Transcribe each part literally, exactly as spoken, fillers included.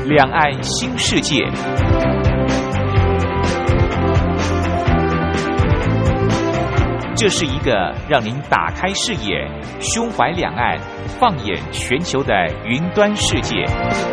两岸新世界。这是一个让您打开视野、胸怀两岸、放眼全球的云端世界。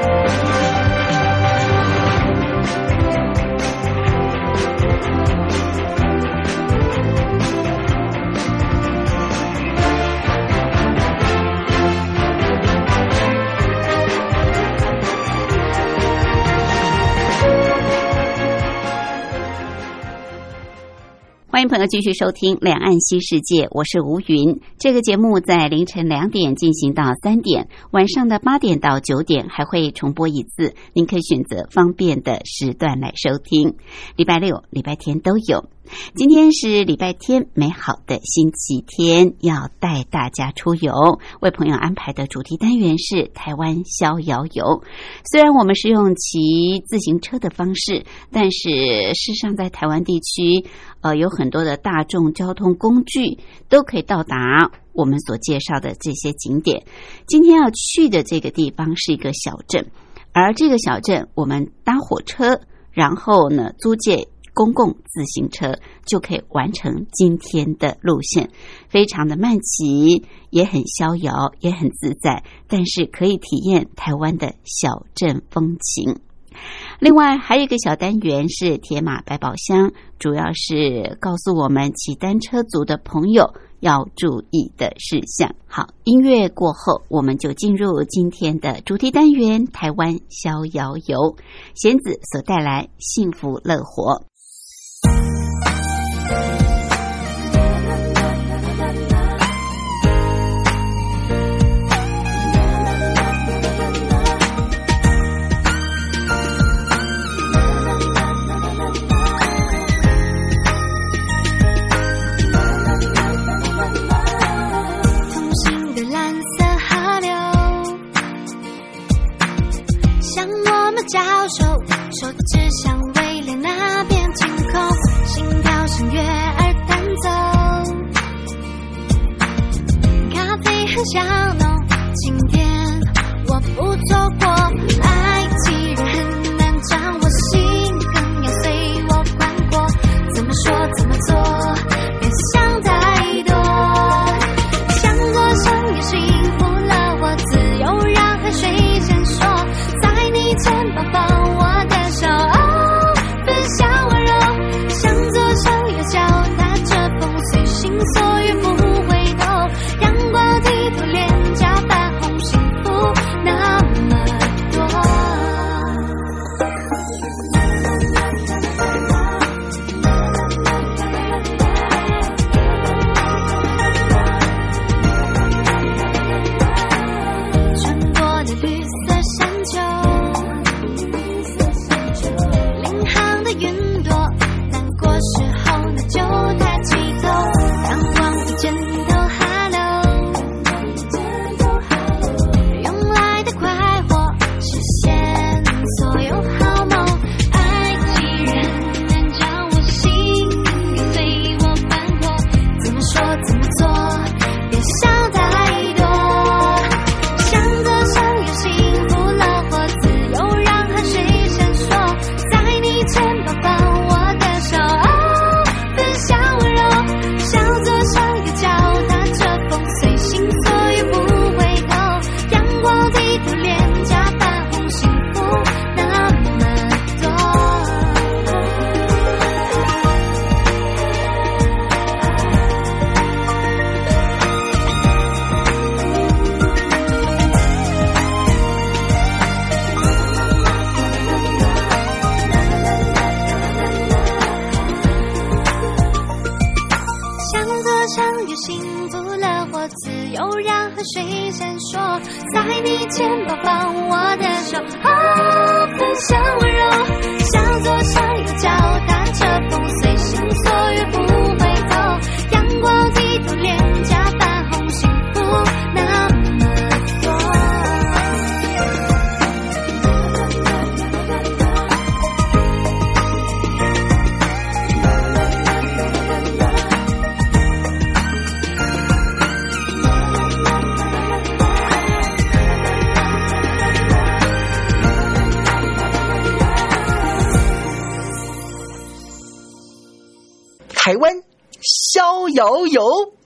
欢迎朋友继续收听《两岸新世界》，我是吴云。这个节目在凌晨两点进行到三点，晚上的八点到九点还会重播一次，您可以选择方便的时段来收听。礼拜六、礼拜天都有。今天是礼拜天，美好的星期天，要带大家出游。为朋友安排的主题单元是台湾逍遥游。虽然我们是用骑自行车的方式，但是事实上在台湾地区呃，有很多的大众交通工具都可以到达我们所介绍的这些景点。今天要去的这个地方是一个小镇，而这个小镇我们搭火车，然后呢租借公共自行车就可以完成今天的路线，非常的慢骑，也很逍遥，也很自在，但是可以体验台湾的小镇风情。另外还有一个小单元是铁马百宝箱，主要是告诉我们骑单车族的朋友要注意的事项。好，音乐过后我们就进入今天的主题单元台湾逍遥游，弦子所带来幸福乐活。 交手，手指向未来那边天空，心跳像月儿弹奏，咖啡很香浓，今天我不错过，爱既然很难掌握，心更要随我宽阔，怎么说怎么做，别想太多，想做想也幸福了，我自由让汗水闪烁，在你肩膀放我的手，哦，分享温柔，向左向右脚踏着风，随心所欲不回头，阳光剔透脸颊泛红，幸福那么多。穿过了绿色山丘，领航的云朵，难过时候那就抬起头，让光一阵都哈喽，用来的快活实现所有好梦，爱既然很难掌握，心更随我翻过，怎么说怎么做，别想太多，想着想有幸福了，我自由让汗水闪烁，在你肩膀放我的手，哦，分享温柔，向左向右脚踏着风，随心所欲不回头，阳光剔透脸颊泛红，幸福那么多。向左向右幸福了，我自由让汗水闪烁，在你肩膀放我的手，哦，分享温柔，向左向右脚踏着风，随心所欲不回头，阳光剔透脸颊泛红，幸福那么多。 台湾逍遥游。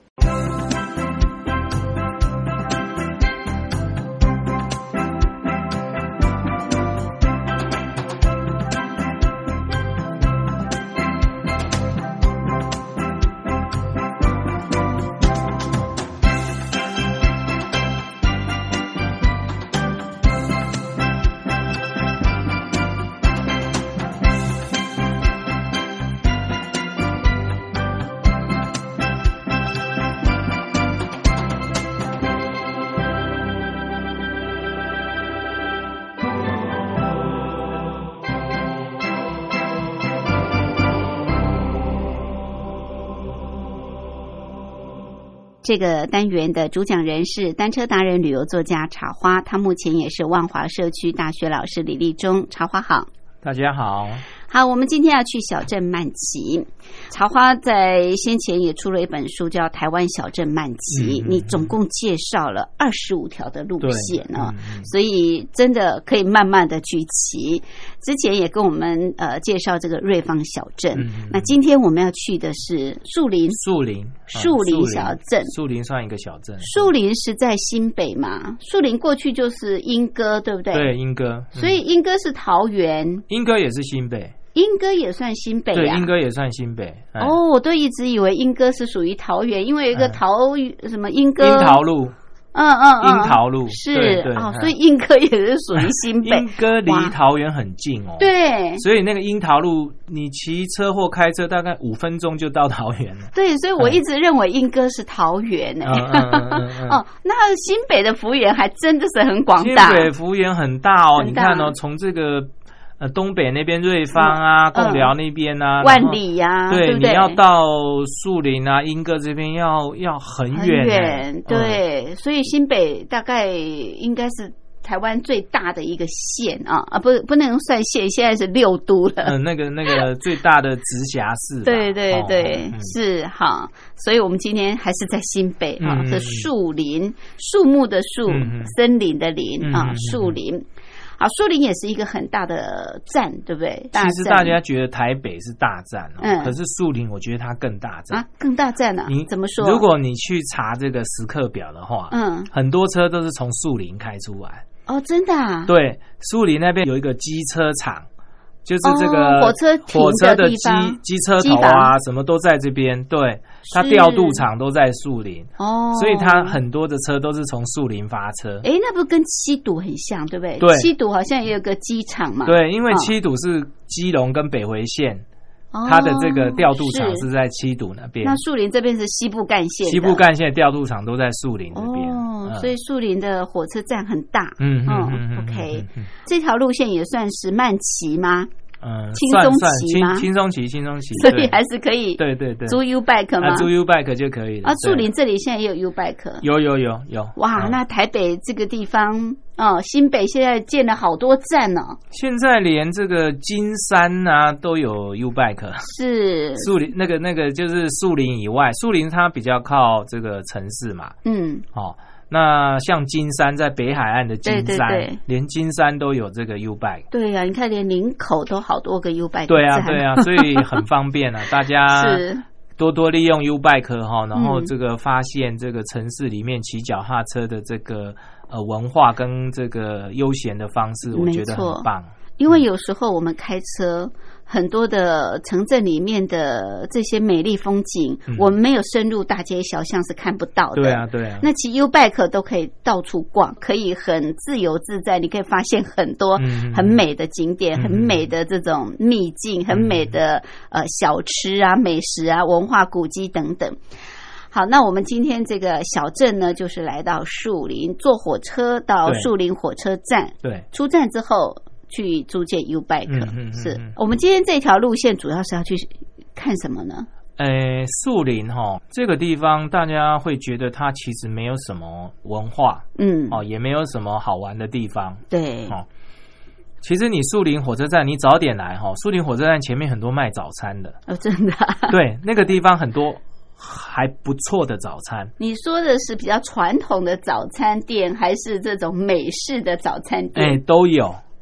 这个单元的主讲人是单车达人、旅游作家茶花，他目前也是万华社区大学老师李立忠。茶花好。 大家好。 好，我们今天要去小镇慢骑。茶花在先前也出了一本书叫《台湾小镇慢骑》，嗯、你总共介绍了二十五条的路线哦、嗯，所以真的可以慢慢的去骑。之前也跟我们呃介绍这个瑞芳小镇、嗯，那今天我们要去的是树林。 树林， 树林小镇。 树林算一个小镇。 树林是在新北嘛？树林过去就是莺歌，对不对？ 对，莺歌。嗯、 所以莺歌是桃园。 莺歌也是新北。 莺歌也算新北啊？ 对，莺歌也算新北。 哦，我都一直以为莺歌是属于桃园，因为有一个桃、嗯、什么莺歌。 樱桃路。 嗯嗯嗯， 樱桃路是对对哦，所以莺歌也是属于新北。 莺歌离桃园很近哦。 对， 所以那个樱桃路，你骑车或开车大概五分钟就到桃园了。 对，所以我一直认为莺歌是桃园呢、欸。嗯嗯嗯嗯嗯哦，那新北的幅员还真的是很广大。 新北幅员很大哦，你看哦，从这个。呃，东北那边瑞芳啊，贡寮那边啊， 万里呀、啊， 对， 对不对？ 你要到树林啊、莺歌这边要要很远、欸， 很远，对、嗯，所以新北大概应该是台湾最大的一个县啊啊，不不能算县，现在是六都了。 嗯，那个那个最大的直辖市。 对对对，哦、是哈，所以我们今天还是在新北啊，这、嗯、树林，树木的树，嗯、森林的林、嗯、啊，树林。好，树林也是一个很大的站，对不对？ 其实大家觉得台北是大站、哦嗯、可是树林我觉得它更大站啊，更大站啊？你怎么说？ 如果你去查这个时刻表的话，嗯，很多车都是从树林开出来。 哦，真的啊？ 对，树林那边有一个机车厂。就是这个、 哦、火车火车的机机车头啊，什么都在这边。对，它调度场都在树林哦，所以它很多的车都是从树林发车。 哎，那不是跟七堵很像，对不对？ 对， 七堵好像也有个机场嘛。 对，因为七堵是基隆跟北回线。哦，它的这个调度场是在七堵那边， 那树林这边是西部干线， 西部干线调度场都在树林这边。 哦、嗯，所以树林的火车站很大。 嗯嗯嗯, 嗯 ，OK，、嗯嗯、这条路线也算是慢骑吗？ 嗯， 轻松骑吗？ 轻松骑，轻松骑， 所以还是可以。 对对对， 租 U bike 吗？ 啊、租 U bike 就可以了。 啊，树林这里现在也有 U bike。 有有有有。 哇，嗯、那台北这个地方哦，新北现在建了好多站哦。 现在连这个金山啊都有 U bike。 是。树林那个那个就是树林以外，树林它比较靠这个城市嘛。嗯。哦。那像金山在北海岸的金山，对对对，连金山都有这个 U bike。 对呀、啊，你看连林口都好多个 U bike。 对啊，对啊，所以很方便啊，大家多多利用 U bike 哈，然后这个发现这个城市里面骑脚踏车的这个呃文化跟这个悠闲的方式，我觉得很棒。 因为有时候我们开车，很多的城镇里面的这些美丽风景，嗯、我们没有深入大街小巷是看不到的。 对啊，对啊。 那骑 U bike 都可以到处逛，可以很自由自在，你可以发现很多很美的景点、嗯、很美的这种秘境、嗯、很美的呃小吃啊、美食啊、文化古迹等等。好，那我们今天这个小镇呢，就是来到树林，坐火车到树林火车站。 对， 出站之后。去租借 U bike、嗯嗯嗯、是我们今天这条路线主要是要去看什么呢？ 呃，树林哈这个地方，大家会觉得它其实没有什么文化，嗯，哦，也没有什么好玩的地方， 对， 哦，其实你树林火车站，你早点来哈，树林火车站前面很多卖早餐的， 哦，真的、啊， 对，那个地方很多还不错的早餐。 你说的是比较传统的早餐店，还是这种美式的早餐店？ 哎，都有。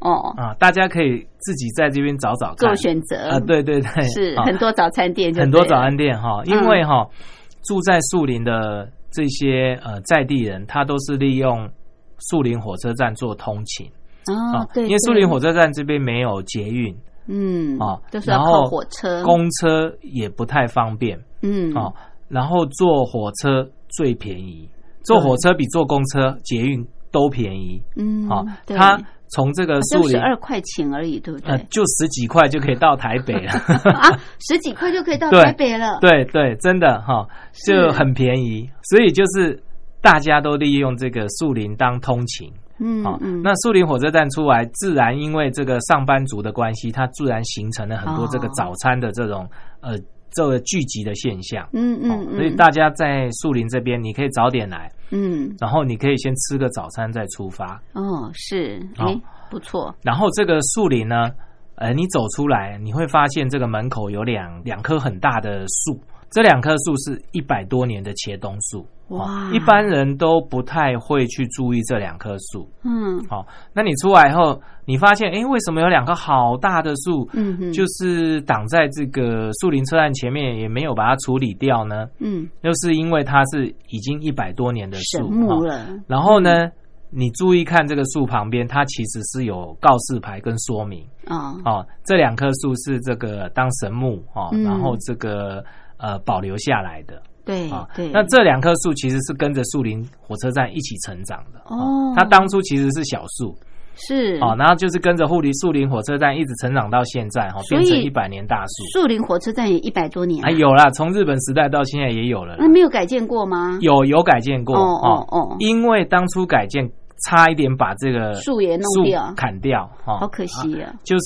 哦啊，大家可以自己在这边找找看做选择啊，对对对， 是很多早餐店就对了， 很多早餐店哈，因为哈、嗯、住在树林的这些呃在地人，他都是利用树林火车站做通勤哦，对， 因为树林火车站这边没有捷运， 嗯啊， 就是要靠火车， 公车也不太方便， 嗯， 哦，然后坐火车最便宜，坐火车比坐公车、捷运都便宜， 嗯， 好、哦，它从这个树林十二块钱而已，对不对？ 呃，就十几块就可以到台北了啊，十几块就可以到台北了， 对对对，真的哈、哦，就很便宜，所以就是大家都利用这个树林当通勤。 嗯，好、嗯， 那树林火车站出来，自然因为这个上班族的关系，它自然形成了很多这个早餐的这种、哦、呃这个聚集的现象。 嗯嗯嗯， 所以大家在树林这边，你可以早点来， 嗯， 然后你可以先吃个早餐再出发。 哦，是，哎、哦，不错。 然后这个树林呢，呃，你走出来，你会发现这个门口有两两棵很大的树。这两棵树是一百多年的茄冬树，哇！一般人都不太会去注意这两棵树，嗯，好，那你出来以后，你发现，哎，为什么有两棵好大的树，嗯哼，就是挡在这个树林车站前面，也没有把它处理掉呢？嗯，就是因为它是已经一百多年的树， 神木了。 然后呢，嗯、你注意看这个树旁边，它其实是有告示牌跟说明，哦，哦，这两棵树是这个当神木哦、嗯，然后这个。呃，保留下来的， 对啊，对。 那这两棵树其实是跟着树林火车站一起成长的哦。它当初其实是小树， 是哦，然后就是跟着护林树林火车站一直成长到现在哈，变成一百年大树。 树林火车站也一百多年啊，有啦，从日本时代到现在也有了。 那没有改建过吗？ 有，有改建过哦哦哦， 因为当初改建差一点把这个树也弄掉、 砍掉， 哦，好可惜啊， 就是。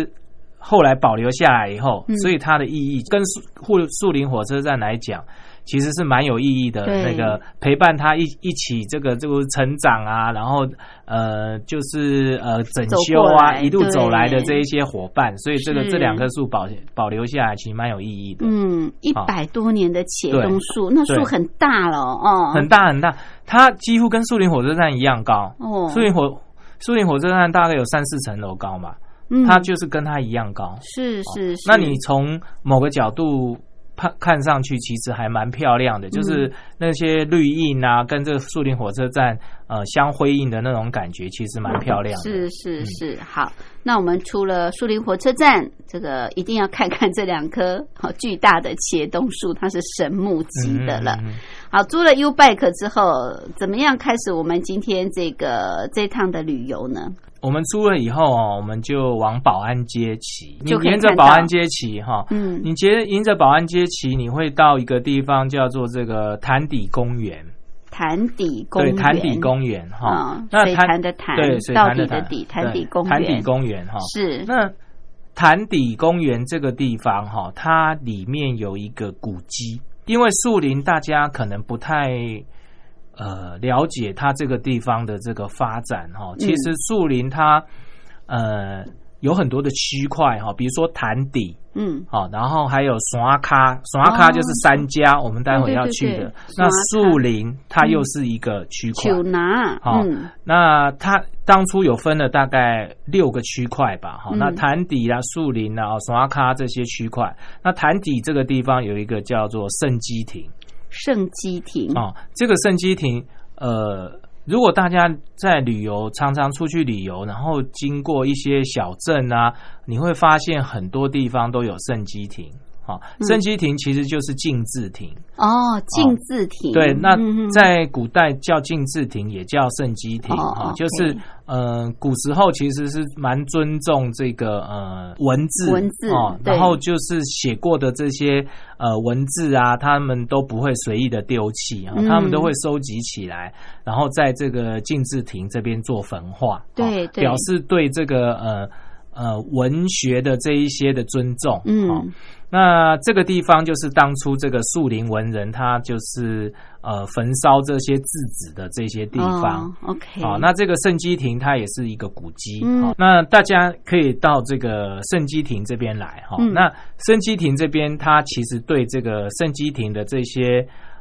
后来保留下来以后，嗯、所以它的意义跟树树林火车站来讲，其实是蛮有意义的。那个陪伴它一一起这个这个成长啊，然后呃就是呃整修啊，一路走来的这一些伙伴，所以这个这两棵树保保留下来，其实蛮有意义的。 嗯，一百多年的茄冬树，那树很大了哦， 很大很大，它几乎跟树林火车站一样高。哦，树林火树林火车站大概有三四层楼高嘛。嗯，它就是跟它一样高， 是是是。 那你从某个角度看看上去，其实还蛮漂亮的，嗯、就是那些绿荫啊，跟这个树林火车站呃相辉映的那种感觉，其实蛮漂亮的。 是是是、嗯，好。那我们除了树林火车站，这个一定要看看这两棵好巨大的茄冬树，它是神木级的了。嗯嗯嗯好，租了 U-Bike 之后，怎么样开始我们今天这个这趟的旅游呢？ 我们租了以后哦，我们就往保安街骑。你沿着保安街骑哈，嗯，你沿沿着保安街骑，你会到一个地方叫做这个潭底公园。 潭底公园， 对，潭底公园哈、 哦。那水潭的潭， 对，水潭的潭，潭底公园， 潭底公园哈。 是。 那潭底公园这个地方哈，它里面有一个古迹，因为树林大家可能不太。呃，了解它这个地方的这个发展哈，其实树林它呃有很多的区块哈，比如说潭底，嗯，好，然后还有山咖，山咖就是山家，哦、我们待会要去的。对对对那树林它又是一个区块， 丘拿， 好，嗯、那它当初有分了大概六个区块吧，哈、嗯，那潭底啦、树林啊、山咖这些区块，那潭底这个地方有一个叫做圣基亭。 圣基亭哦，这个圣基亭，呃，如果大家在旅游，常常出去旅游，然后经过一些小镇啊，你会发现很多地方都有圣基亭。好，圣基亭其实就是禁制亭哦，禁制亭、哦、 对，那在古代叫禁制亭，也叫圣基亭啊、哦，就是呃，古时候其实是蛮尊重这个呃文字文字哦，然后就是写过的这些呃文字啊，他们都不会随意的丢弃啊、哦嗯，他们都会收集起来，然后在这个禁制亭这边做焚化， 对， 哦、表示对这个呃呃文学的这一些的尊重，嗯。哦那这个地方就是当初这个树林文人，他就是呃焚烧这些字纸的这些地方。 哦、OK， 好，那这个圣基亭它也是一个古迹。嗯，好，那大家可以到这个圣基亭这边来哈、嗯。那圣基亭这边，它其实对这个圣基亭的这些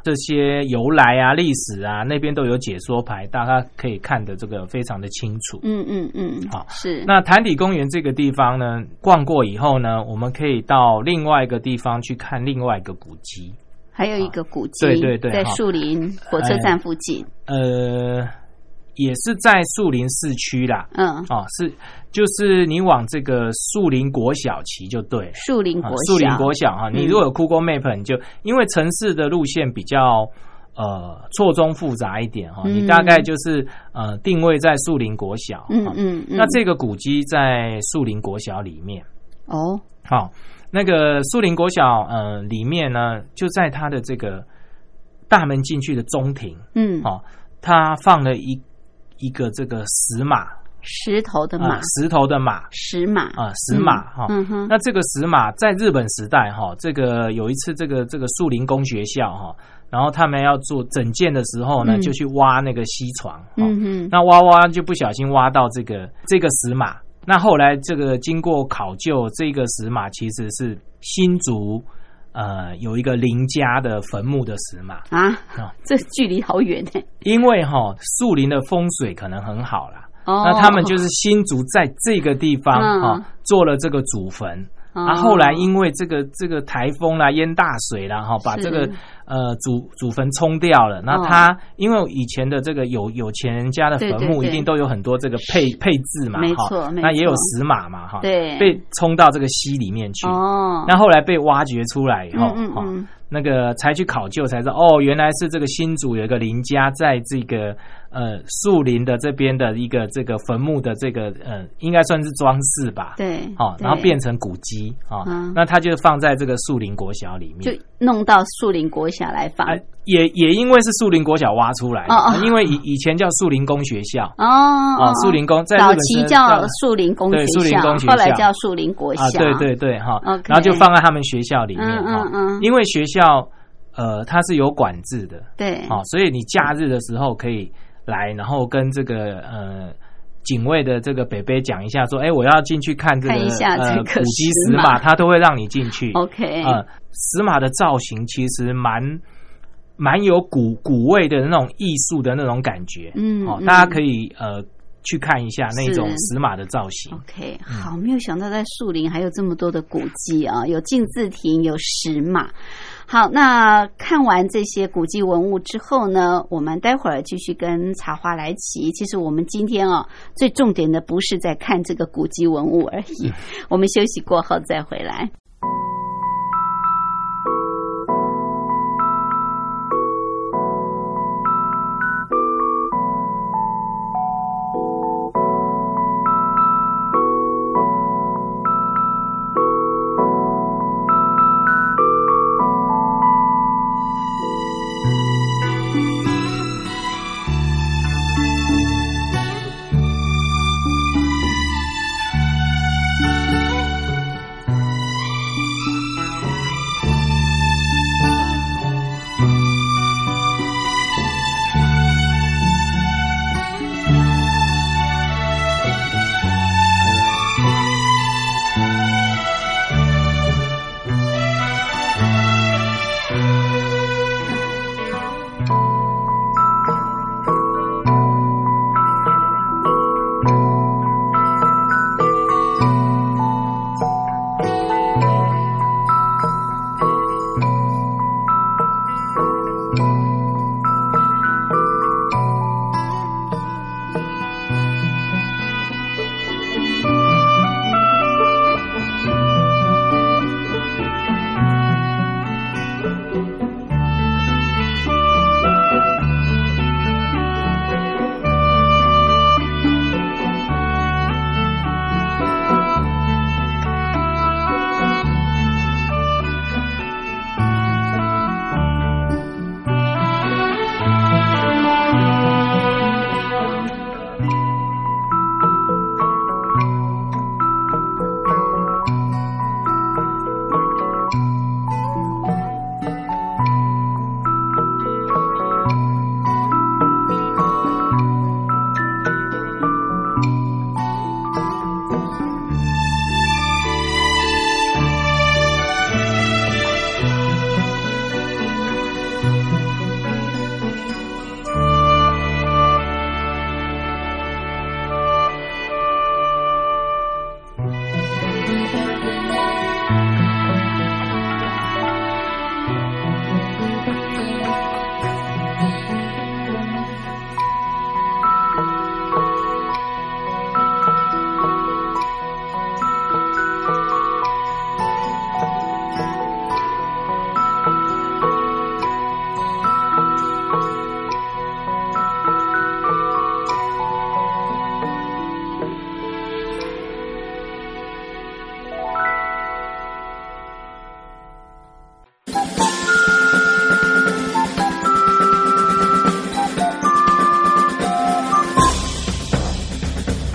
这些由来啊、历史啊，那边都有解说牌，大家可以看得这个非常的清楚。 嗯嗯嗯， 好， 是。 那潭底公园这个地方呢，逛过以后呢，我们可以到另外一个地方去看另外一个古迹。 还有一个古迹， 对对对， 在树林火车站附近。 呃，也是在树林市区啦。 嗯， 哦，是，就是你往这个树林国小骑就对了。 树林国小， 树林国小哈，你如果有 Google Map， 你就因为城市的路线比较呃错综复杂一点哈， 嗯、 你大概就是呃定位在树林国小。 嗯嗯嗯。 那这个古迹在树林国小里面。 哦， 好。那个树林国小，呃，里面呢，就在它的这个大门进去的中庭，嗯，哦，它放了一一个这个石马， 石头的马， 呃、石头的马， 石马啊、呃，石马哈、嗯哦。嗯哼。那这个石马在日本时代哈、哦，这个有一次这个这个树林工学校哈、哦，然后他们要做整建的时候呢，嗯、就去挖那个溪床，哦、嗯哼，那挖挖就不小心挖到这个这个石马。那后来这个经过考究，这个石马其实是新竹呃有一个林家的坟墓的石马啊，哦、这距离好远呢。 因为哈、哦、树林的风水可能很好啦，哦、那他们就是新竹在这个地方哈、嗯哦、做了这个祖坟。啊，后来因为这个这个台风啦、淹大水啦，哈，把这个呃祖祖坟冲掉了。那他、哦、因为以前的这个有有钱人家的坟墓，一定都有很多这个配配置嘛， 没错， 那也有石马嘛，哈， 对， 被冲到这个溪里面去。哦，那后来被挖掘出来以后，嗯嗯嗯，那个才去考究，才知道哦，原来是这个新竹有一个林家在这个呃树林的这边的一个这个坟墓的这个呃，应该算是装饰吧， 对， 哦，然后变成古迹啊、哦嗯，那它就放在这个树林国小里面， 就弄到树林国小来放。呃、 也也因为是树林国小挖出来的，哦哦、因为以以前叫树林工学校哦哦，树林工在日本早期叫树林工学校， 树林工学校， 后来叫树林国小， 啊，对对对哈、哦 okay 然后就放在他们学校里面哈、 嗯嗯嗯， 因为学校呃它是有管制的， 对， 好、哦，所以你假日的时候可以来，然后跟这个呃。警卫的这个北北讲一下，说，哎，我要进去看这个看一下这个呃古迹石马，他都会让你进去。 OK， 呃，石马的造型其实蛮蛮有古古味的那种艺术的那种感觉，嗯，哦，大家可以呃去看一下那种石马的造型。 OK， 好，没有想到在树林还有这么多的古迹啊，有镜字亭，有石马。好，那看完这些古迹文物之后呢，我们待会儿继续跟茶花来骑。其实我们今天啊，最重点的不是在看这个古迹文物而已。我们休息过后再回来。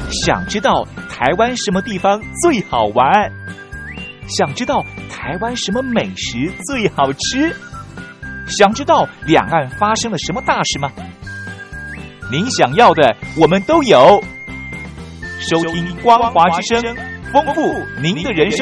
想知道台湾什么地方最好玩？想知道台湾什么美食最好吃？想知道两岸发生了什么大事吗？您想要的我们都有。收听光华之声，丰富您的人生。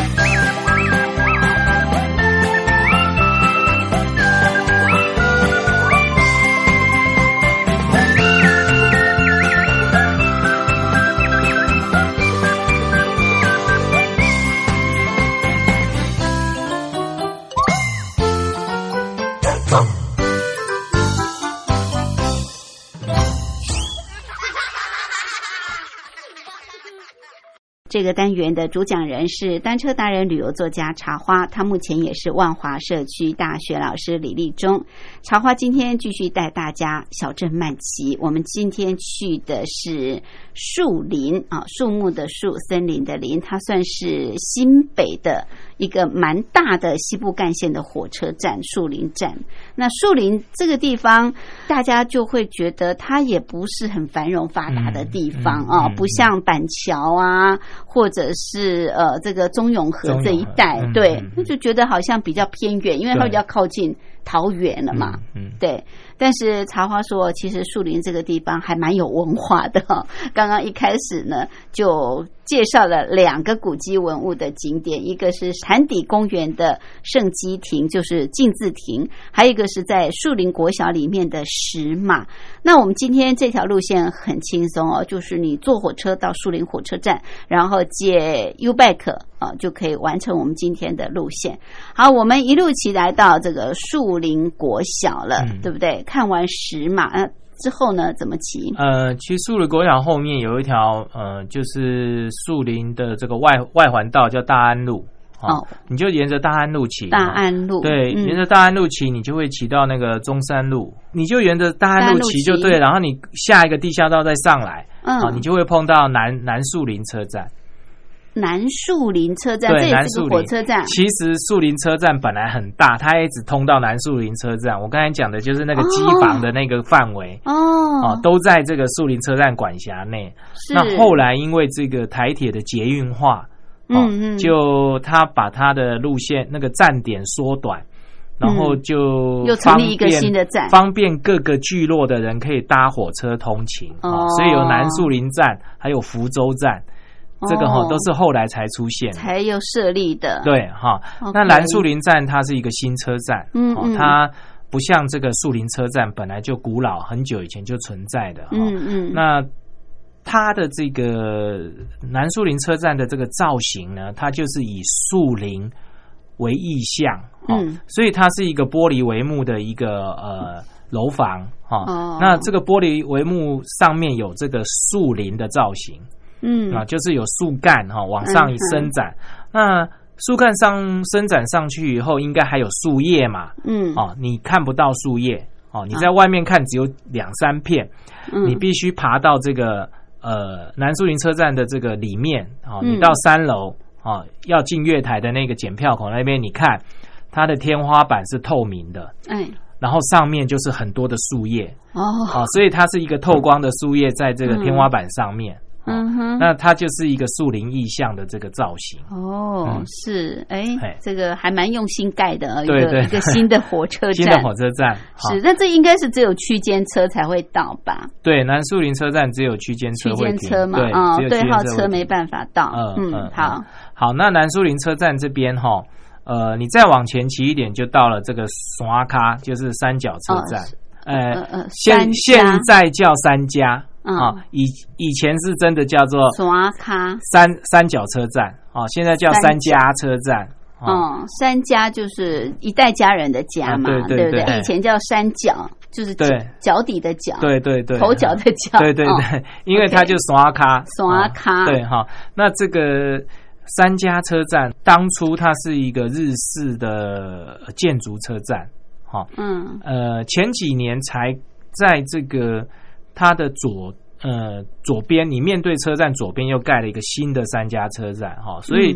这个单元的主讲人是单车达人、旅游作家茶花，他目前也是万华社区大学老师李立忠。茶花今天继续带大家小镇慢骑，我们今天去的是树林啊，树木的树，森林的林，它算是新北的一个蛮大的西部干线的火车站，树林站。那树林这个地方，大家就会觉得它也不是很繁荣发达的地方啊，不像板桥啊。或者是呃这个中永和这一带，嗯、对，那、嗯、就觉得好像比较偏远，因为它比较靠近桃园了嘛，嗯，嗯对。但是茶花说，其实树林这个地方还蛮有文化的、哦。刚刚一开始呢，就介绍了两个古迹文物的景点，一个是潭底公园的圣基亭，就是镜字亭，还有一个是在树林国小里面的石马。那我们今天这条路线很轻松哦，就是你坐火车到树林火车站，然后借 U-Bike 啊，就可以完成我们今天的路线。好，我们一路骑来到这个树林国小了，嗯、对不对？看完石马，那之后呢？怎么骑？ 呃，其实树林国小后面有一条呃，就是树林的这个外外环道，叫大安路。哦，哦你就沿着大安路骑。 大安路， 对，嗯、沿着大安路骑，你就会骑到那个中山路。你就沿着大安路骑就对，然后你下一个地下道再上来，嗯，啊，你就会碰到南南树林车站。 南树林车站，这也是个火车站。 其实树林车站本来很大，它也只通到南树林车站。我刚才讲的就是那个机房的那个范围哦，哦，都在这个树林车站管辖内。那后来因为这个台铁的捷运化，哦、嗯嗯，就它把它的路线那个站点缩短，然后就又成立一个新的站， 方便各个聚落的人可以搭火车通勤。哦，所以有南树林站，还有福州站。这个哈、哦、都是后来才出现， 才有设立的。 对哈， okay. 那南树林站它是一个新车站，嗯嗯，它不像这个树林车站本来就古老，很久以前就存在的，嗯嗯。那它的这个南树林车站的这个造型呢，它就是以树林为意象，嗯，所以它是一个玻璃帷幕的一个呃楼房哈、哦。那这个玻璃帷幕上面有这个树林的造型。嗯啊，就是有树干哈、哦、往上伸展，嗯、那树干上伸展上去以后，应该还有树叶嘛，嗯，哦，你看不到树叶哦，你在外面看只有两三片，嗯、你必须爬到这个呃南树林车站的这个里面哦，你到三楼哦，要进月台的那个检票口那边，你看它的天花板是透明的，哎。然后上面就是很多的树叶哦，哦，所以它是一个透光的树叶在这个天花板上面。嗯嗯哼，那它就是一个树林意象的这个造型哦，嗯、是哎，这个还蛮用心盖的， 对对， 一个新的火车站， 新的火车站是，那这应该是只有区间车才会到吧？ 对，南树林车站只有区间车会停， 区间车嘛，啊、哦，对号车没办法到。嗯嗯，好， 好，那南树林车站这边哈，呃，你再往前骑一点就到了这个刷卡，就是三角车站，哦、呃呃，现现在叫三家。啊、嗯，以以前是真的叫做三三角车站啊，现在叫三家车站。 哦、嗯，三家就是一代家人的家嘛，嗯、对, 对, 对, 对不对？以前叫三角，就是脚底的脚， 对对对， 头脚的脚， 对对对，哦、因为它就刷卡刷卡， 对哈。那这个三家车站当初它是一个日式的建筑车站，哈，嗯，呃，前几年才在这个。它的左呃左边，你面对车站左边又盖了一个新的三家车站哈，所以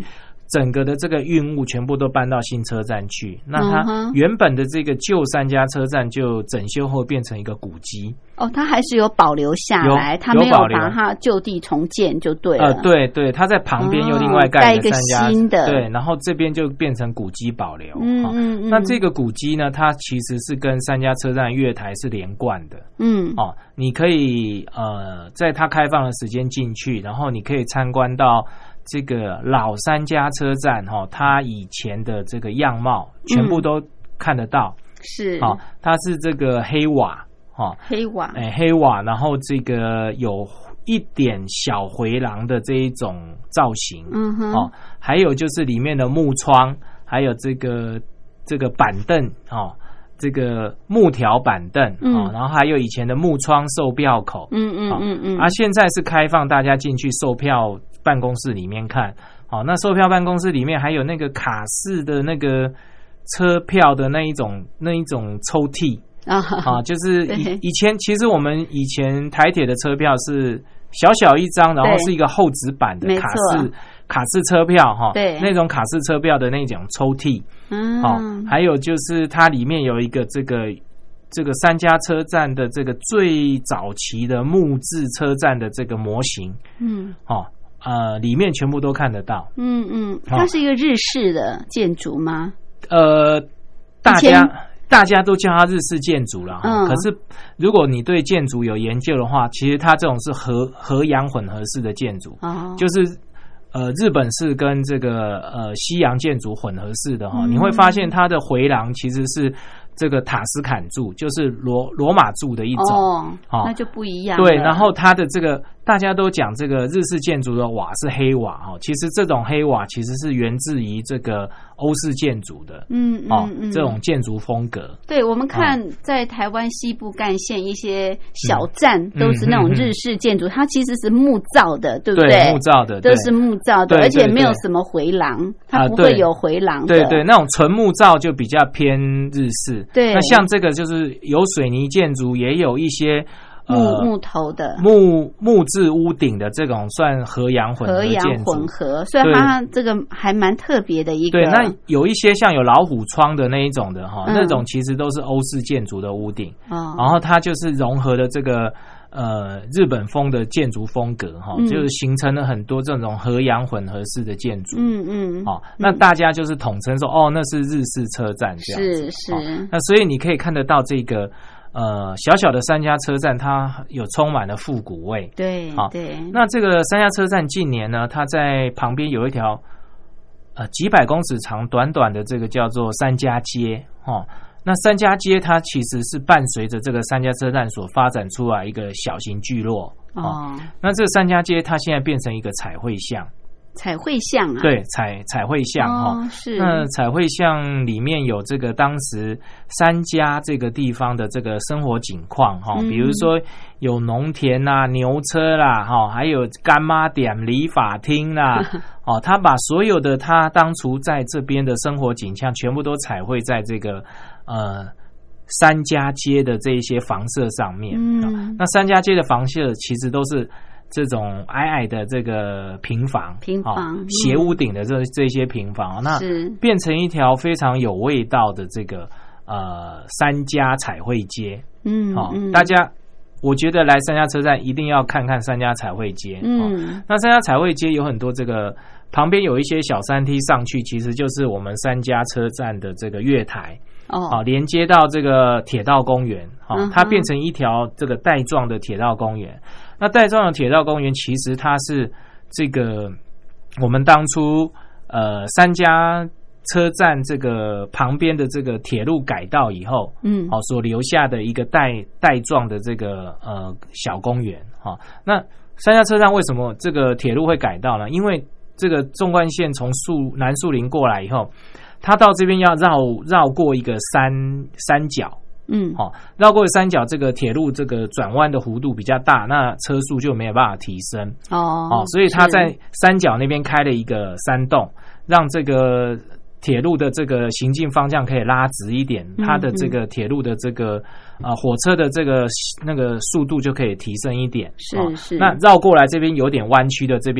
整个的这个运务全部都搬到新车站去。那它原本的这个旧三家车站就整修后变成一个古迹。 哦，它还是有保留下来，它没有把它就地重建就对了。 呃，对对，它在旁边又另外盖一个新的， 对，然后这边就变成古迹保留。 嗯嗯嗯。 那这个古迹呢，它其实是跟三家车站月台是连贯的。 嗯。 哦，你可以呃，在它开放的时间进去，然后你可以参观到这个老三家车站哈、哦，它以前的这个样貌全部都看得到。 嗯、是。 好、哦，它是这个黑瓦。哦， 黑瓦， 哎，黑瓦，然后这个有一点小回廊的这一种造型， 嗯哼， 哦，还有就是里面的木窗，还有这个这个板凳，哦，这个木条板凳， 嗯、 哦，然后还有以前的木窗售票口， 嗯嗯嗯嗯， 啊，现在是开放大家进去售票办公室里面看，哦，那售票办公室里面还有那个卡式的那个车票的那一种那一种抽屉。 啊, 啊，就是以以前，其实我们以前台铁的车票是小小一张，然后是一个厚纸板的卡式卡式车票哈， 对， 那种卡式车票的那种抽屉， 嗯， 哦，还有就是它里面有一个这个这个三家车站的这个最早期的木质车站的这个模型， 嗯， 哦，呃，里面全部都看得到， 嗯嗯，它是一个日式的建筑吗？ 呃，大家。大家都叫它日式建筑了，嗯，可是如果你对建筑有研究的话，其实它这种是和和洋混合式的建筑， 哦， 就是呃日本式跟这个呃西洋建筑混合式的哈，嗯，你会发现它的回廊其实是这个塔斯坎柱，就是罗罗马柱的一种， 哦，哦那就不一样了。 对，然后它的这个大家都讲这个日式建筑的瓦是黑瓦哈，其实这种黑瓦其实是源自于这个欧式建筑的， 嗯嗯哦， 嗯， 这种建筑风格。 对，我们看在台湾西部干线一些小站都是那种日式建筑，嗯，它其实是木造的，对不对？ 对，木造的， 都是木造的，而且没有什么回廊，它不会有回廊的。 对对，那种纯木造就比较偏日式。 对， 那像这个就是有水泥建筑，也有一些木呃木头的木木质屋顶的这种算和洋混合建筑， 和洋混合，所以它这个还蛮特别的一个。 对，那有一些像有老虎窗的那一种的哈， 嗯， 那种其实都是欧式建筑的屋顶， 哦， 然后它就是融合了这个呃日本风的建筑风格哈， 嗯， 就是形成了很多这种和洋混合式的建筑。 嗯嗯， 哦，那大家就是统称说，哦，那是日式车站这样子。 是是， 哦，那所以你可以看得到这个呃小小的三家车站，它有充满了复古味。 对， 好， 对。 那这个三家车站近年呢，它在旁边有一条呃几百公尺长、短短的这个叫做三家街哦。那三家街它其实是伴随着这个三家车站所发展出来一个小型聚落哦。那这个三家街它现在变成一个彩绘巷。 彩绘巷啊， 对，彩彩绘巷哈， 哦，是。 那彩绘巷里面有这个当时三家这个地方的这个生活景况哈，嗯，比如说有农田啦、牛车啦哈，还有干妈店、理发厅啦，哦，他把所有的他当初在这边的生活景象全部都彩绘在这个呃三家街的这一些房舍上面。嗯，那三家街的房舍其实都是这种矮矮的这个平房， 平房、哦、 斜屋顶的这这些平房，那变成一条非常有味道的这个呃三家彩绘街。 嗯， 好、哦嗯， 大家我觉得来三家车站一定要看看三家彩绘街。 嗯、 哦，那三家彩绘街有很多这个旁边有一些小山梯上去，其实就是我们三家车站的这个月台。 哦， 好，连接到这个铁道公园，好、 嗯， 它变成一条这个带状的铁道公园。那带状的铁道公园其实它是这个我们当初呃三家车站这个旁边的这个铁路改道以后， 嗯， 好、所留下的一个带带状的这个呃小公园。好，那三家车站为什么这个铁路会改道呢？因为这个纵贯线从树南树林过来以后，它到这边要绕绕过一个山山脚， 嗯， 好、哦，绕过山脚，这个铁路这个转弯的弧度比较大，那车速就没有办法提升， 哦， 哦，所以它在山脚那边开了一个山洞，让这个铁路的这个行进方向可以拉直一点， 嗯、 它的这个铁路的这个呃火车的这个那个速度就可以提升一点， 是、 哦、 是。 那绕过来这边有点弯曲的这边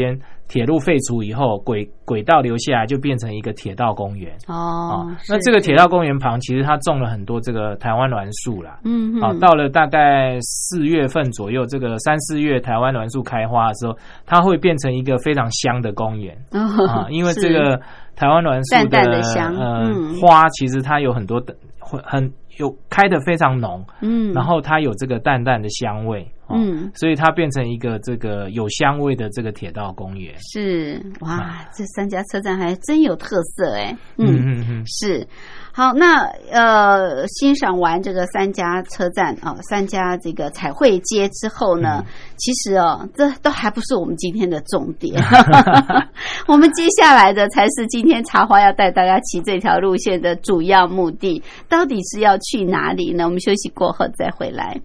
铁路废除以后，轨轨道留下来就变成一个铁道公园哦。 啊，那这个铁道公园旁其实它种了很多这个台湾栾树啦。 嗯， 啊，到了大概四月份左右，这个三四月台湾栾树开花的时候，它会变成一个非常香的公园、哦、啊，因为这个台湾栾树的淡淡的香， 呃、 嗯、 花其实它有很多的很有开得非常浓，嗯，然后它有这个淡淡的香味。嗯，所以它变成一个这个有香味的这个铁道公园。 是哇，这三家车站还真有特色哎。嗯嗯嗯，是。好，那呃，欣赏完这个三家车站啊、哦，三家这个彩绘街之后呢，嗯、其实哦，这都还不是我们今天的重点。我们接下来的才是今天茶花要带大家骑这条路线的主要目的，到底是要去哪里呢？我们休息过后再回来。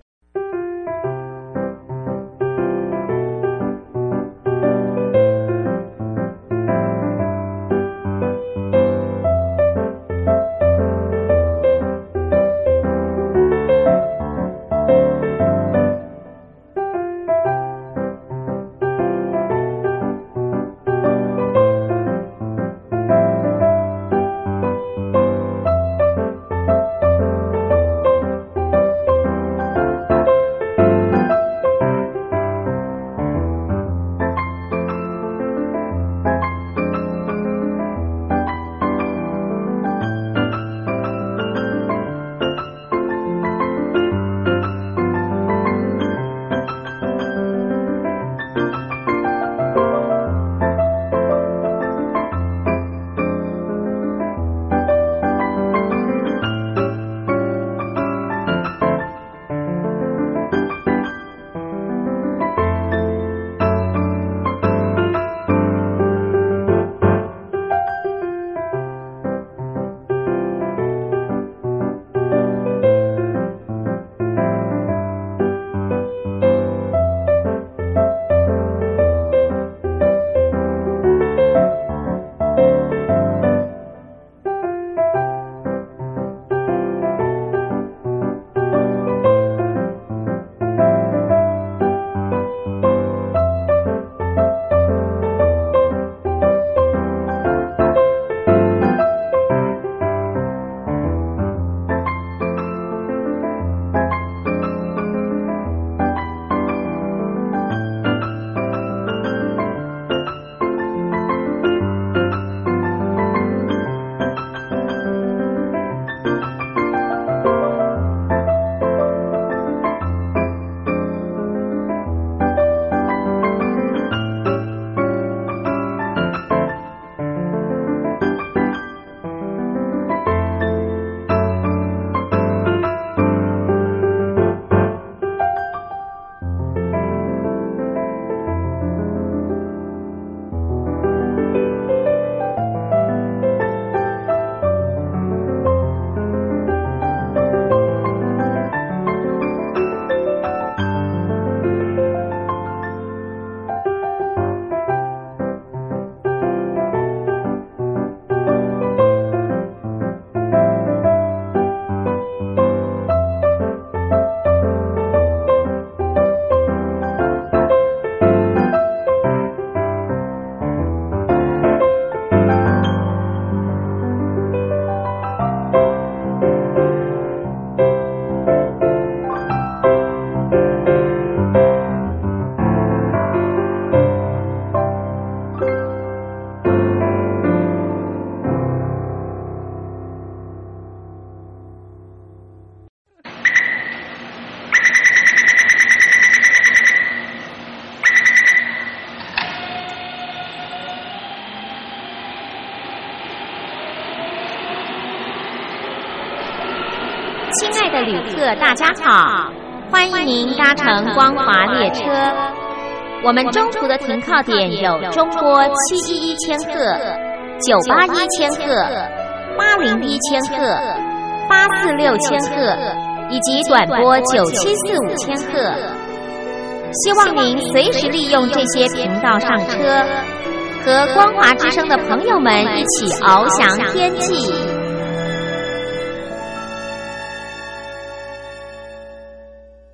亲爱的旅客，大家好，欢迎您搭乘光华列车。我们中途的停靠点有中波七一一千赫、九八一千赫、八零一千赫、八四六千赫，以及短波九七四五千赫。希望您随时利用这些频道上车，和光华之声的朋友们一起翱翔天际。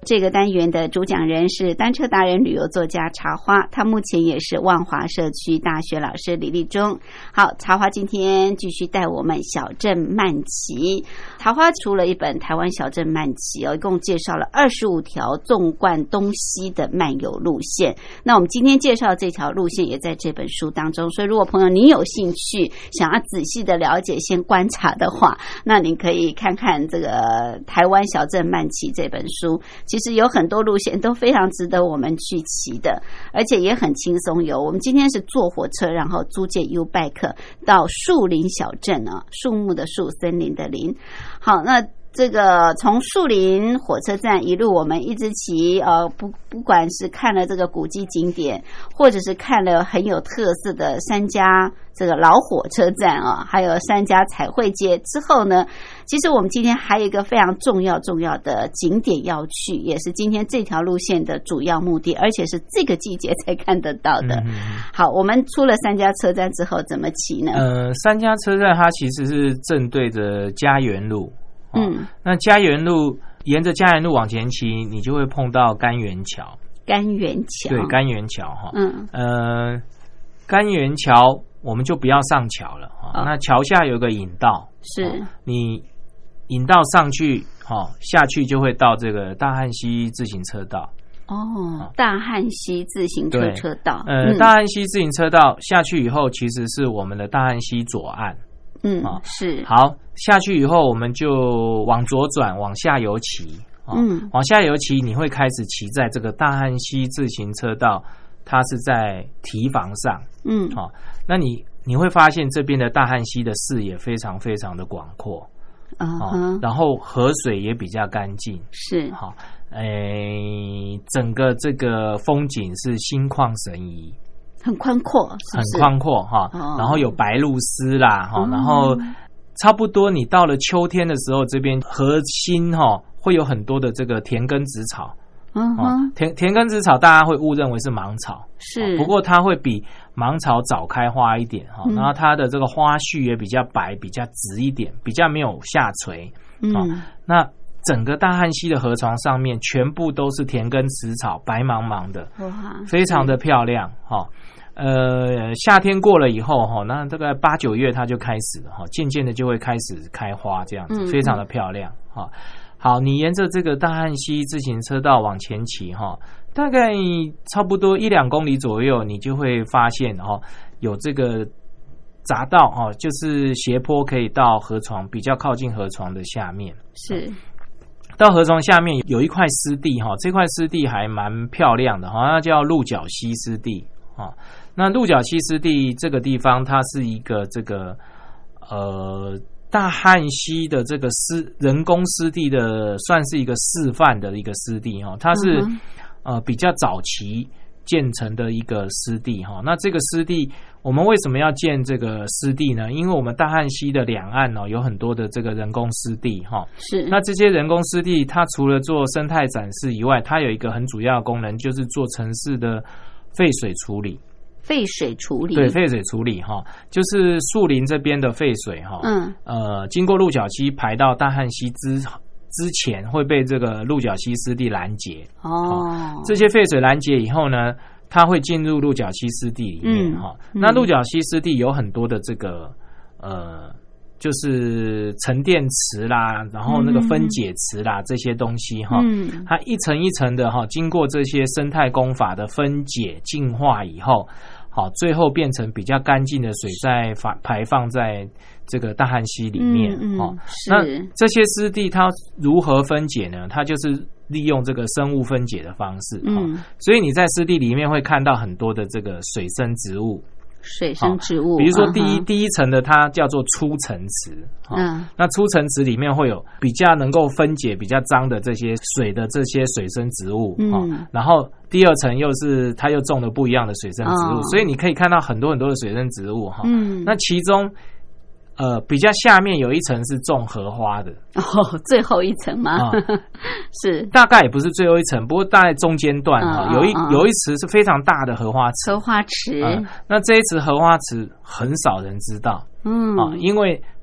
这个单元的主讲人是单车达人、旅游作家茶花，他目前也是万华社区大学老师李立忠。好，茶花今天继续带我们小镇慢骑。茶花出了一本《台湾小镇慢骑》哦，一共介绍了二十五条纵贯东西的漫游路线。那我们今天介绍这条路线也在这本书当中，所以如果朋友你有兴趣想要仔细的了解、先观察的话，那你可以看看这个《台湾小镇慢骑》这本书。其实有很多路线都非常值得我们去骑的，而且也很轻松游。我们今天是坐火车，然后租借 U-Bike 到树林小镇啊，树木的树，森林的林。好，那这个从树林火车站一路我们一直骑，呃，不不管是看了这个古迹景点，或者是看了很有特色的三家这个老火车站啊，还有三家彩绘街之后呢，其实我们今天还有一个非常重要重要的景点要去，也是今天这条路线的主要目的，而且是这个季节才看得到的。嗯、好，我们出了三家车站之后怎么骑呢？ 呃，三家车站它其实是正对着嘉园路。嗯，那嘉园路沿着嘉园路往前骑，你就会碰到甘源桥。 甘源桥， 对，甘源桥哈。嗯，呃，甘源桥我们就不要上桥了哈。哦、那桥下有个引道， 是、哦、 你引道上去，哈、哦，下去就会到这个大汉溪自行车道。 哦，大汉溪自行车车道。 呃，嗯、大汉溪自行车道下去以后，其实是我们的大汉溪左岸。 嗯，哦、是。 好，下去以后我们就往左转，往下游骑。哦、嗯，往下游骑，你会开始骑在这个大汉溪自行车道，它是在堤防上。嗯，好、哦，那你你会发现这边的大汉溪的视野非常非常的广阔。啊、哦，然后河水也比较干净。 是。 好、哦，诶，整个这个风景是心旷神怡。 很宽阔，是不是？ 很宽阔哈，哦、然后有白鹭鸶啦哈，嗯、然后差不多你到了秋天的时候，这边河心哈会有很多的这个田根子草，嗯哼，哦、田田根子草大家会误认为是芒草， 是， 哦、不过它会比芒草早开花一点哈，嗯、然后它的这个花序也比较白，比较直一点，比较没有下垂，嗯，哦、那整个大汉溪的河床上面全部都是田根子草，白茫茫的，哇，非常的漂亮哈。哦呃，夏天过了以后哈，那大概八九月它就开始了哈，渐渐的就会开始开花，这样子，非常的漂亮哈。好，你沿着这个大汉溪自行车道往前骑哈，大概差不多一两公里左右，你就会发现哈，有这个匝道哈，就是斜坡可以到河床，比较靠近河床的下面。 是。 到河床下面有一块湿地哈，这块湿地还蛮漂亮的，好像叫鹿角溪湿地啊。那鹿角溪湿地这个地方，它是一个这个呃大汉溪的这个湿人工湿地的，算是一个示范的一个湿地哈。它是、嗯、呃比较早期建成的一个湿地哈。那这个湿地，我们为什么要建这个湿地呢？因为我们大汉溪的两岸哦有很多的这个人工湿地哈。 是。那这些人工湿地，它除了做生态展示以外，它有一个很主要的功能，就是做城市的废水处理。 废水处理， 对，废水处理哈，就是树林这边的废水哈，嗯，呃，经过鹿角溪排到大汉溪之之前，会被这个鹿角溪湿地拦截哦。这些废水拦截以后呢，它会进入鹿角溪湿地里面哈。嗯、那鹿角溪湿地有很多的这个呃，就是沉淀池啦，然后那个分解池啦、嗯、这些东西哈，嗯、它一层一层的哈，经过这些生态工法的分解净化以后。好，最后变成比较干净的水，再排放在这个大汉溪里面。嗯嗯、哦，那这些湿地它如何分解呢？它就是利用这个生物分解的方式。嗯、哦，所以你在湿地里面会看到很多的这个水生植物。 水生植物， 比如说第一、uh-huh. 第一层的它叫做初层池，嗯，那初层池里面会有比较能够分解比较脏的这些水的这些水生植物，嗯，然后第二层又是它又种了不一样的水生植物，哦、所以你可以看到很多很多的水生植物哈，嗯，那其中。呃，比较下面有一层是种荷花的哦，最后一层吗？嗯、是， 大概也不是最后一层，不过大概中间段哈、嗯，有一、嗯、有一池是非常大的荷花池。 荷花池， 嗯、那这一池荷花池很少人知道，嗯啊，因为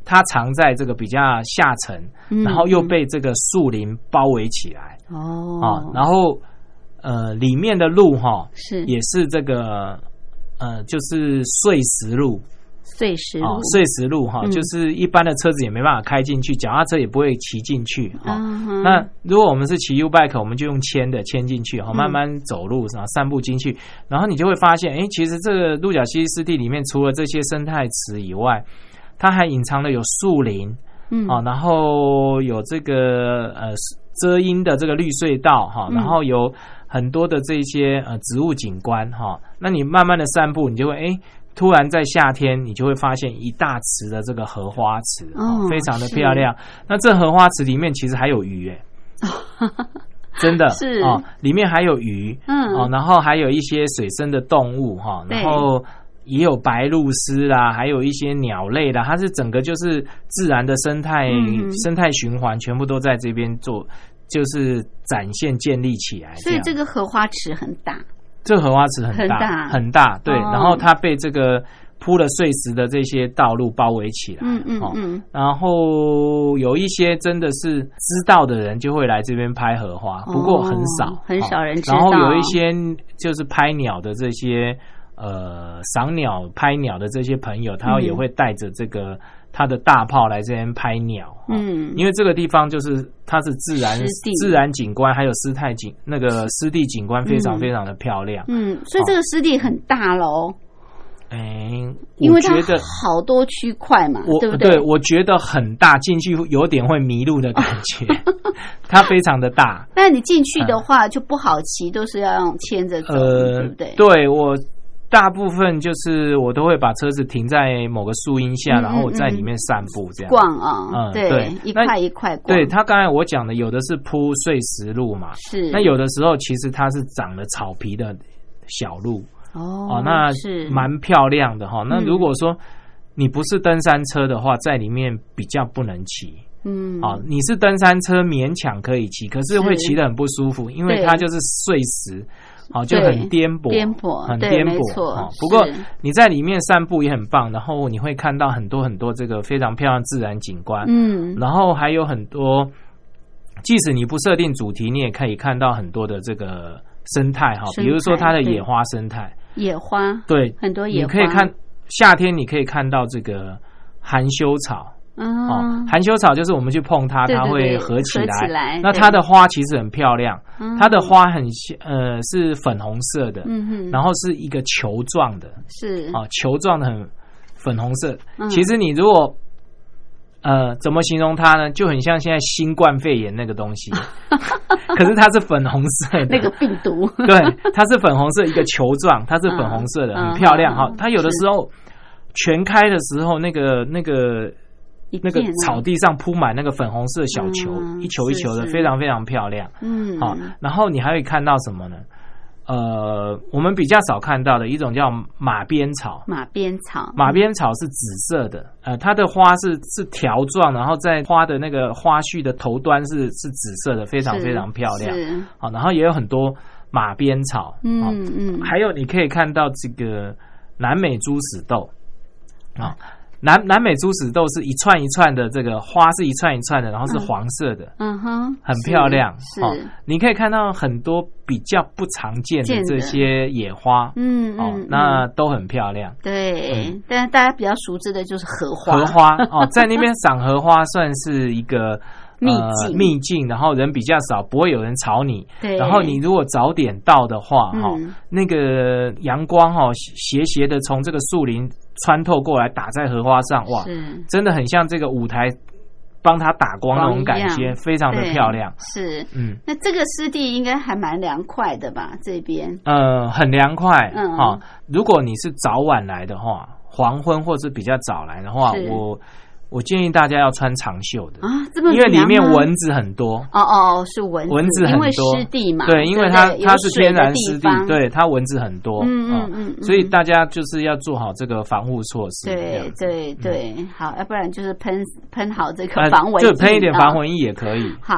它藏在这个比较下层， 嗯、 然后又被这个树林包围起来。 哦， 啊，然后呃，里面的路哈是也是这个呃，就是碎石路。 碎石路， 哦、碎石路哈、 嗯， 就是一般的车子也没办法开进去，脚踏车也不会骑进去哈、哦嗯。 那如果我们是骑 U-Bike， 我们就用牵的牵进去哈、哦， 嗯、 慢慢走路，然后散步进去，然后你就会发现，哎，其实这个鹿角溪湿地里面，除了这些生态池以外，它还隐藏了有树林， 嗯， 啊、哦，然后有这个呃遮阴的这个绿隧道哈、哦，然后有很多的这些呃植物景观哈、哦，那你慢慢的散步，你就会哎。突然在夏天，你就会发现一大池的这个荷花池，哦哦、非常的漂亮。那这荷花池里面其实还有鱼，哎，真的是哦，里面还有鱼，嗯，哦，然后还有一些水生的动物哈、哦，然后也有白鹭鸶啦，还有一些鸟类啦，它是整个就是自然的生态、嗯、生态循环，全部都在这边做，就是展现建立起来。 所以这个荷花池很大。 这个荷花池很大， 很大， 很大对、 哦。 然后它被这个铺了碎石的这些道路包围起来， 嗯嗯嗯、哦。 然后有一些真的是知道的人就会来这边拍荷花，哦、不过很少， 很少人知道。 然后有一些就是拍鸟的这些呃赏鸟、拍鸟的这些朋友，他也会带着这个。他的大炮来这边拍鸟，嗯，因为这个地方就是它是自然自然景观，还有湿态景那个湿地景观非常非常的漂亮， 嗯，所以这个湿地很大喽， 哎、欸， 因为它好多区块嘛，对不对？ 对，我觉得很大，进去有点会迷路的感觉，它非常的大。 但你进去的话就不好骑，都是要用牵着走，呃、对不对？ 对我。大部分就是我都会把车子停在某个树荫下，嗯、然后我在里面散步这样逛啊， 嗯， 对， 对一块一块逛。 对，他刚才我讲的，有的是铺碎石路嘛， 是。 那有的时候其实它是长了草皮的小路， 哦， 哦那是蛮漂亮的哈、哦。那如果说你不是登山车的话，在里面比较不能骑。嗯，哦，你是登山车勉强可以骑，可是会骑得很不舒服，因为它就是碎石。好、哦，就很颠簸， 颠簸， 很颠簸。 错、 哦，不过你在里面散步也很棒，然后你会看到很多很多这个非常漂亮自然景观。嗯，然后还有很多，即使你不设定主题，你也可以看到很多的这个生态哈，比如说它的野花生态， 野花对， 很多野花， 你可以看夏天，你可以看到这个含羞草。 嗯、 哦，含羞草就是我们去碰它， 对对对它会合起来。 合起来那它的花其实很漂亮，它的花很呃是粉红色的，嗯哼，然后是一个球状的， 是啊、哦，球状的很粉红色。嗯、其实你如果呃怎么形容它呢？就很像现在新冠肺炎那个东西，可是它是粉红色的那个病毒， 对，它是粉红色一个球状，它是粉红色的，嗯、很漂亮哈、嗯。它有的时候全开的时候，那个那个。那个草地上铺满那个粉红色小球，嗯、一球一球的，非常非常漂亮。嗯，好，然后你还会看到什么呢？呃，我们比较少看到的一种叫马鞭草。 马鞭草， 马鞭草是紫色的，呃，它的花是是条状，然后在花的那个花序的头端是是紫色的，非常非常漂亮。好，然后也有很多马鞭草。嗯嗯，还有你可以看到这个南美猪屎豆啊。南南美猪屎豆是一串一串的，这个花是一串一串的，然后是黄色的，嗯哼，很漂亮。 是， 哦，你可以看到很多比较不常见的这些野花， 嗯哦，那都很漂亮。 对，嗯、但是大家比较熟知的就是荷花。 荷花哦，在那边赏荷花算是一个。 秘境、 呃，秘境，然后人比较少，不会有人吵你。 对， 然后你如果早点到的话，哈、嗯，那个阳光哈斜斜的从这个树林穿透过来，打在荷花上，哇，真的很像这个舞台帮它打光那种感觉，非常的漂亮。 是，嗯，那这个湿地应该还蛮凉快的吧？这边， 呃，很凉快。嗯，哈，如果你是早晚来的话，黄昏或是比较早来的话，我。我建议大家要穿长袖的啊，这么因为里面蚊子很多。 哦哦，是蚊子， 蚊子很多， 因为湿地嘛。 对，因为它它是天然湿地， 对，它蚊子很多。嗯嗯嗯，所以大家就是要做好这个防护措施。 对对对，好，要不然就是喷喷好这个防蚊液， 就喷一点防蚊液也可以。 好，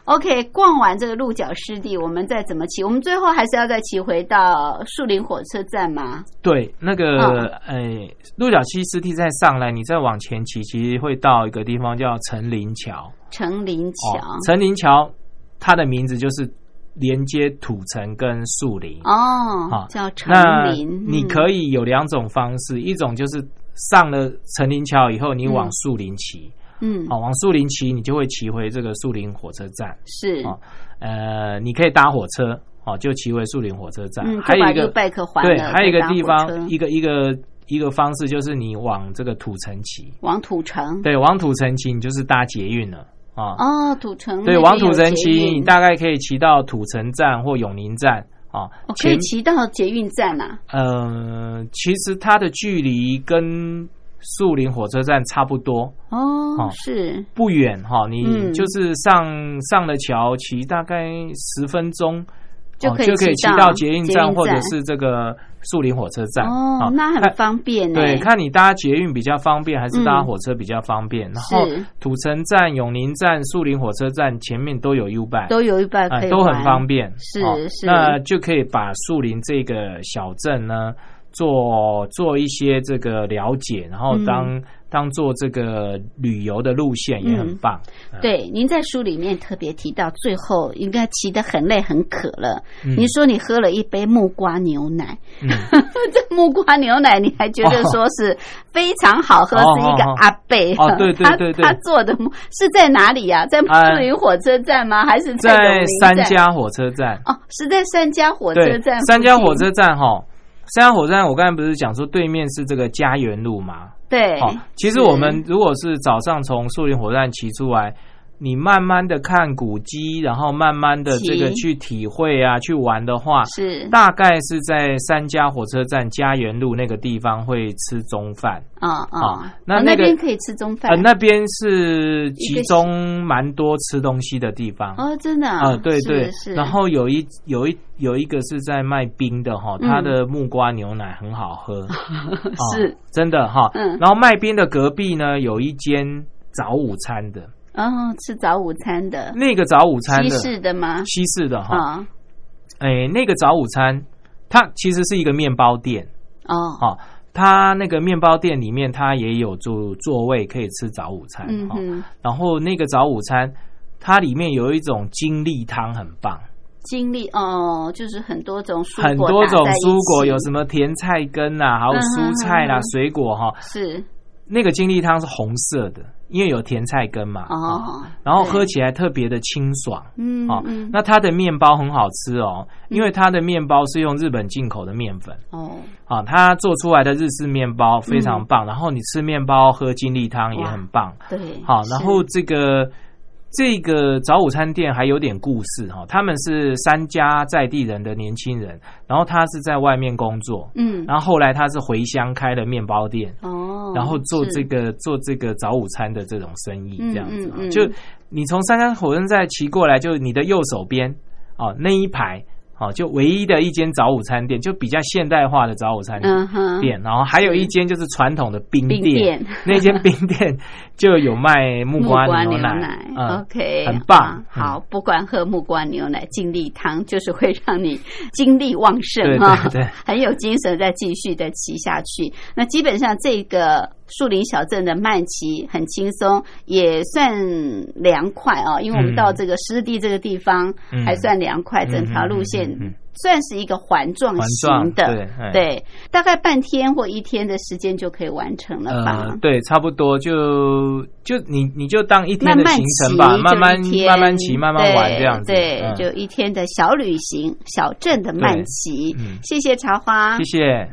OK， 逛完这个鹿角湿地，我们再怎么骑？我们最后还是要再骑回到树林火车站吗？ 对，那个呃，鹿角溪湿地再上来，你再往前骑，其实会到一个地方叫成林桥。 成林桥， 哦、成林桥，它的名字就是连接土城跟树林哦， 哦叫成林。 那你可以有两种方式，嗯、一种就是上了成林桥以后，你往树林骑。嗯嗯，好、哦，往树林骑，你就会骑回这个树林火车站。 是， 哦，呃，你可以搭火车，哦，就骑回树林火车站。 嗯， 还有一个对， 还有一个地方，一个一个一个方式就是你往这个土城骑， 往土城， 对，往土城骑，你就是搭捷运了啊。 哦，土城， 对，往土城骑，你大概可以骑到土城站或永宁站啊。 哦，可以骑到捷运站啊？ 呃，其实它的距离跟树林火车站差不多哦，哦是不远哈，你就是上、嗯、上了桥，骑大概十分钟就可以、 哦、就可以骑到捷运站或者是这个树林火车站哦，那很方便呢。 对，看你搭捷运比较方便，还是搭火车比较方便。嗯、然后土城站、永宁站、树林火车站前面都有 U-Bike， 都有 U-Bike 可以玩、呃， 都很方便。 是、 哦、 是， 那就可以把树林这个小镇呢。做做一些这个了解，然后当、嗯、当做这个旅游的路线也很棒。 嗯、对，您在书里面特别提到，最后应该骑得很累很渴了。嗯、您说你喝了一杯木瓜牛奶，嗯、这木瓜牛奶你还觉得说是非常好喝，哦、是一个阿伯。 哦，对对对对， 他, 他做的是在哪里呀、啊？在树林火车站吗？呃、还是在, 在三家火车站？ 哦，是在三家火车站。 三家火车站哈。三家火车站，我刚才不是讲说对面是这个嘉园路吗？ 对， 好、哦，其实我们如果是早上从树林火车站骑出来，你慢慢的看古迹，然后慢慢的这个去体会啊，去玩的话， 是大概是在三家火车站嘉园路那个地方会吃中饭。 啊啊、哦哦， 那、 那个、哦、那边可以吃中饭。 呃，那边是集中蛮多吃东西的地方。 哦，真的啊、 呃？对对。 是是。 然后有一有一有一个是在卖冰的哈，它的木瓜牛奶很好喝， 嗯哦、是真的哈。嗯。然后卖冰的隔壁呢，有一间早午餐的。 哦，吃早午餐的。 那个早午餐的西式的吗？ 西式的哈。 哦。 哎，那个早午餐，它其实是一个面包店。 哦。 好。它那个面包店里面，它也有座座位可以吃早午餐。嗯哼。然后那个早午餐，它里面有一种精力汤，很棒。 精力哦，就是很多种蔬果， 很多种蔬果，有什么甜菜根啊，还有蔬菜啦、嗯、水果哈。 是。 那个精力汤是红色的，因为有甜菜根嘛。 哦。 然后喝起来特别的清爽。 嗯。 哦、 嗯。 那它的面包很好吃哦，因为它的面包是用日本进口的面粉。 哦。 啊，它做出来的日式面包非常棒，嗯、然后你吃面包喝精力汤也很棒。 对。 好，然后这个这个早午餐店还有点故事哈，他们是三家在地人的年轻人，然后他是在外面工作，嗯，然后后来他是回乡开了面包店，哦，然后做这个做这个早午餐的这种生意，这样子，嗯嗯嗯、就你从三家火车站骑过来，就你的右手边哦那一排。哦，就唯一的一间早午餐店，就比较现代化的早午餐店，嗯、然后还有一间就是传统的冰店， 冰店那间冰店就有卖木瓜牛奶， 木瓜牛奶嗯、 OK， 很棒。 好，嗯、不管喝木瓜牛奶、精力汤，就是会让你精力旺盛哈，对, 对, 对， 很有精神再继续的骑下去。那基本上这个树林小镇的慢骑很轻松，也算凉快啊、哦，因为我们到这个湿地这个地方还算凉快，嗯、整条路线。嗯嗯嗯嗯算是一个环状型的， 对, 对，大概半天或一天的时间就可以完成了吧？ 呃、对，差不多就就你你就当一天的行程吧，慢慢慢慢骑，慢慢玩这样子， 对， 嗯、 就一天的小旅行，小镇的慢骑。嗯、谢谢茶花， 谢谢。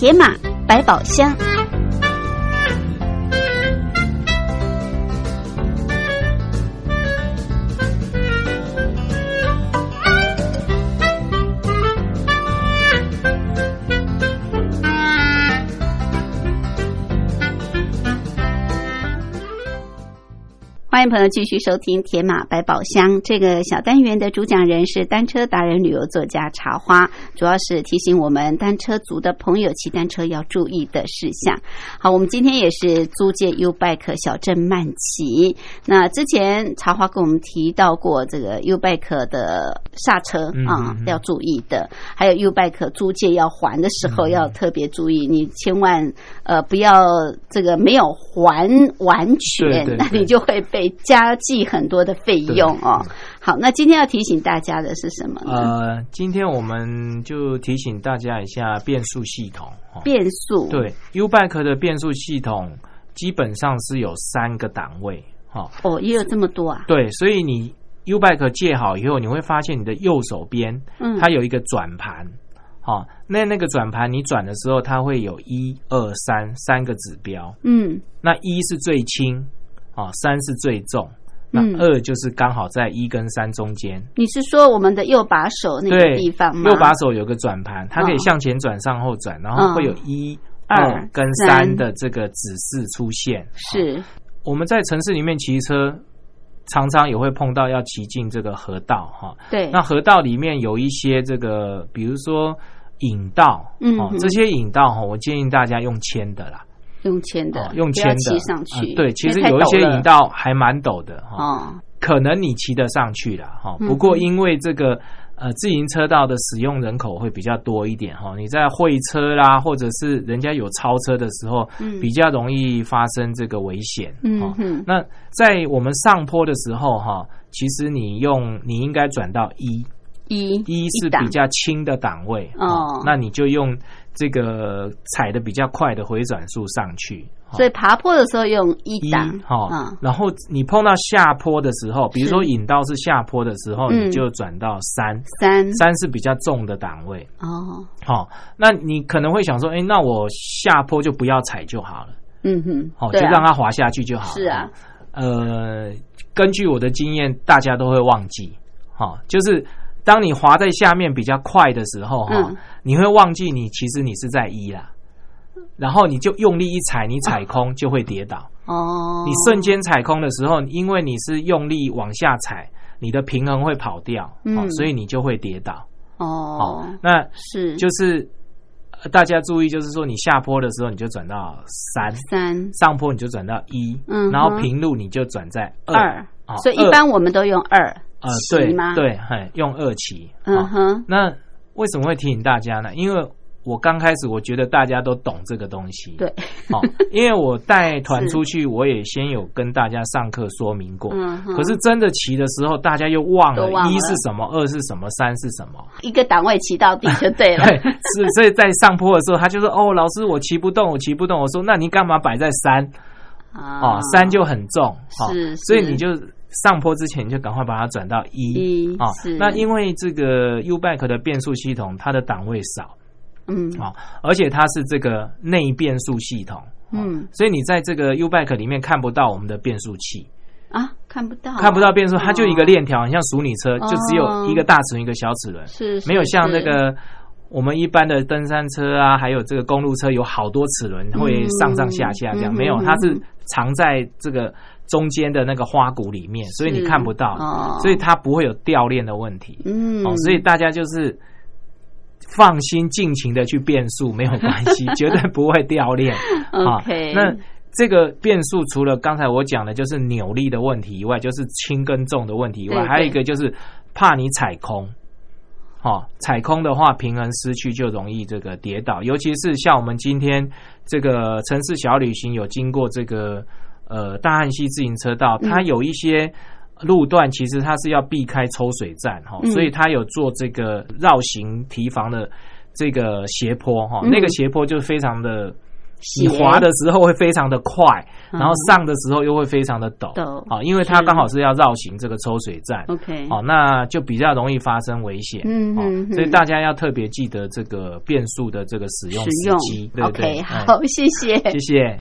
铁马百宝箱。欢迎朋友继续收听铁马百宝箱，这个小单元的主讲人是单车达人旅游作家茶花，主要是提醒我们单车族的朋友骑单车要注意的事项。好，我们今天也是租借 U-Bike 小镇慢骑。那之前茶花跟我们提到过这个 U-Bike 的刹车啊、嗯、要注意的，还有 U-Bike 租借要还的时候要特别注意，你千万呃不要这个没有还完全，对对对，那你就会被加计很多的费用哦。好，那今天要提醒大家的是什么呢？ 呃，今天我们就提醒大家一下变速系统。哦、 变速对 U-Bike 的变速系统基本上是有三个档位。哦， 哦也有这么多啊？ 对，所以你 U-Bike 借好以后，你会发现你的右手边，嗯，它有一个转盘。好、哦，那那个转盘你转的时候，它会有一二三三个指标。嗯，那一是最轻。哦，三是最重，那二就是刚好在一跟三中间。 你是说我们的右把手那个地方吗？ 右把手有个转盘，它可以向前转、向后转，然后会有一、二跟三的这个指示出现。 是、哦、 我们在城市里面骑车，常常也会碰到要骑进这个河道哈。 对， 那河道里面有一些这个，比如说引道，嗯、哦，这些引道哈，我建议大家用牵的啦。 用牵的、 哦，用牵的骑上去、 呃。对，其实有一些引道还蛮陡的哈、哦，可能你骑得上去了哈。不过因为这个呃自行车道的使用人口会比较多一点哈，你在会车啦，或者是人家有超车的时候，嗯、比较容易发生这个危险。嗯、哦、那在我们上坡的时候哈，其实你用你应该转到一。 一一是比较轻的档位哦，那你就用这个踩的比较快的回转速上去， 所以爬坡的时候用一档哈、嗯，然后你碰到下坡的时候，比如说引道是下坡的时候，你就转到三三三是比较重的档位哦。好，那你可能会想说，哎，那我下坡就不要踩就好了，嗯哼，好、哦，就让它滑下去就好了。 是啊， 呃，根据我的经验，大家都会忘记，好、哦，就是。当你滑在下面比较快的时候，哈、嗯，你会忘记你其实你是在一啦，然后你就用力一踩，你踩空就会跌倒。哦，你瞬间踩空的时候，因为你是用力往下踩，你的平衡会跑掉，嗯，哦、所以你就会跌倒。哦，哦那是就是大家注意，就是说你下坡的时候你就转到三， 三上坡你就转到一，嗯，然后平路你就转在二， 二、哦，所以一般我们都用二。 呃，对对，嘿，用二骑。嗯哼、哦，那为什么会提醒大家呢？因为我刚开始我觉得大家都懂这个东西， 对， 哦，因为我带团出去，我也先有跟大家上课说明过。嗯哼，可是真的骑的时候，大家又忘了一是什么，二是什么，三是什么， 一个档位骑到底就对了。 对，是，所以在上坡的时候，他就说：“哦，老师，我骑不动，我骑不动。”我说：“那你干嘛摆在三？啊，哦，三就很重，哦，是，所以你就。”上坡之前你就赶快把它转到一啊、哦，那因为这个 U-Bike 的变速系统它的档位少，嗯啊、哦，而且它是这个内变速系统，嗯，所以你在这个 U-Bike 里面看不到我们的变速器啊，看不到， 看不到变速，它就一个链条，很像淑女车，就只有一个大齿轮一个小齿轮， 是没有像那个我们一般的登山车啊，还有这个公路车有好多齿轮会上上下下这样，嗯、没有，它是藏在这个。中间的那个花鼓里面，所以你看不到，哦、所以它不会有掉链的问题。嗯、哦，所以大家就是放心尽情的去变速，没有关系，绝对不会掉链。 OK，、 哦、那这个变速除了刚才我讲的就是扭力的问题以外，就是轻跟重的问题以外，还有一个就是怕你踩空。哦，踩空的话，平衡失去就容易这个跌倒，尤其是像我们今天这个城市小旅行有经过这个。呃，大汉溪自行车道，它有一些路段，其实它是要避开抽水站哈、嗯，所以它有做这个绕行提防的这个斜坡哈、嗯，那个斜坡就非常的你滑的时候会非常的快，嗯、然后上的时候又会非常的陡，好、哦，因为它刚好是要绕行这个抽水站 ，OK， 好、哦，那就比较容易发生危险， 嗯嗯、 哦，所以大家要特别记得这个变速的这个使用时机，对不对 ？OK， 好，嗯、谢谢， 谢谢。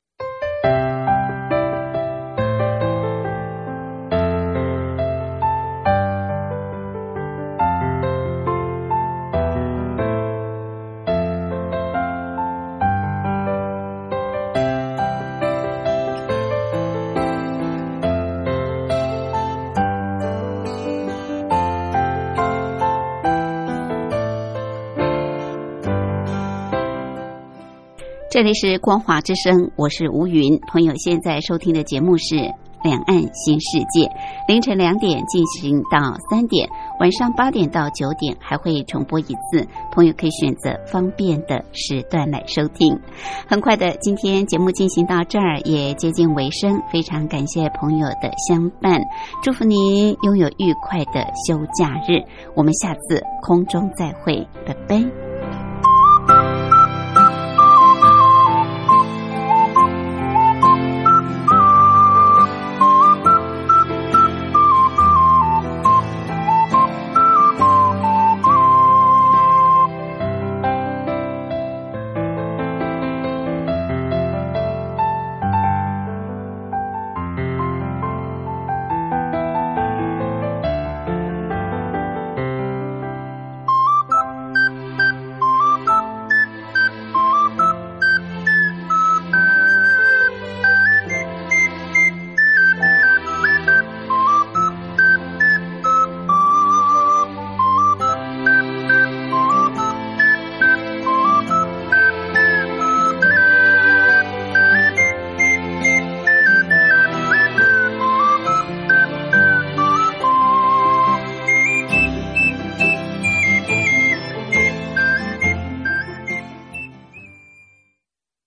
这里是光华之声，我是吴云。朋友现在收听的节目是两岸新世界，凌晨两点进行到三点，晚上八点到九点还会重播一次，朋友可以选择方便的时段来收听。很快的，今天节目进行到这儿也接近尾声，非常感谢朋友的相伴，祝福您拥有愉快的休假日，我们下次空中再会，拜拜。